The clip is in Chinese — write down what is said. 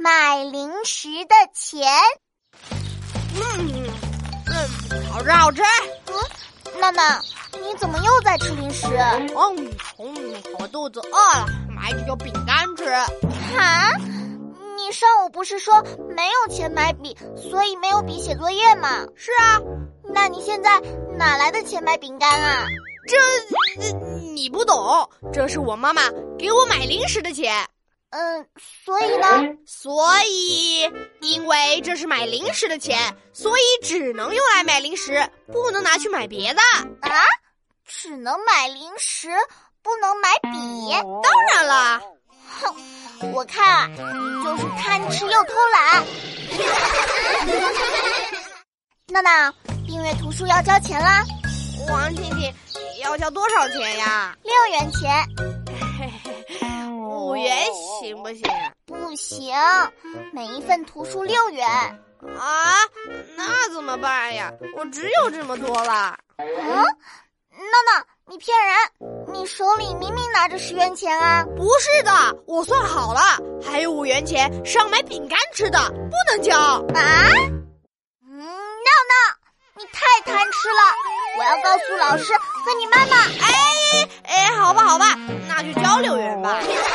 买零食的钱。 好吃好吃。 娜娜，你怎么又在吃零食？ 我肚子饿了，买几个饼干吃。 啊？你上午不是说没有钱买笔，所以没有笔写作业吗？ 是啊。 那你现在哪来的钱买饼干啊？ 你不懂，这是我妈妈给我买零食的钱。 所以呢？ 因为这是买零食的钱，所以只能用来买零食，不能拿去买别的。 啊？只能买零食，不能买笔？ 当然了。 哼，我看啊，你就是贪吃又偷懒。娜娜，订阅图书要交钱啦。 王婷婷，要交多少钱呀 ？6元钱。 5元行不行？ 不行，每一份图书6元。 啊，那怎么办呀？我只有这么多了。 娜娜，你骗人！你手里明明拿着10元钱啊！ 不是的，我算好了，还有5元钱是要买饼干吃的，不能交。 啊？闹闹，你太贪吃了！我要告诉老师和你妈妈。 好吧，那就交6元吧。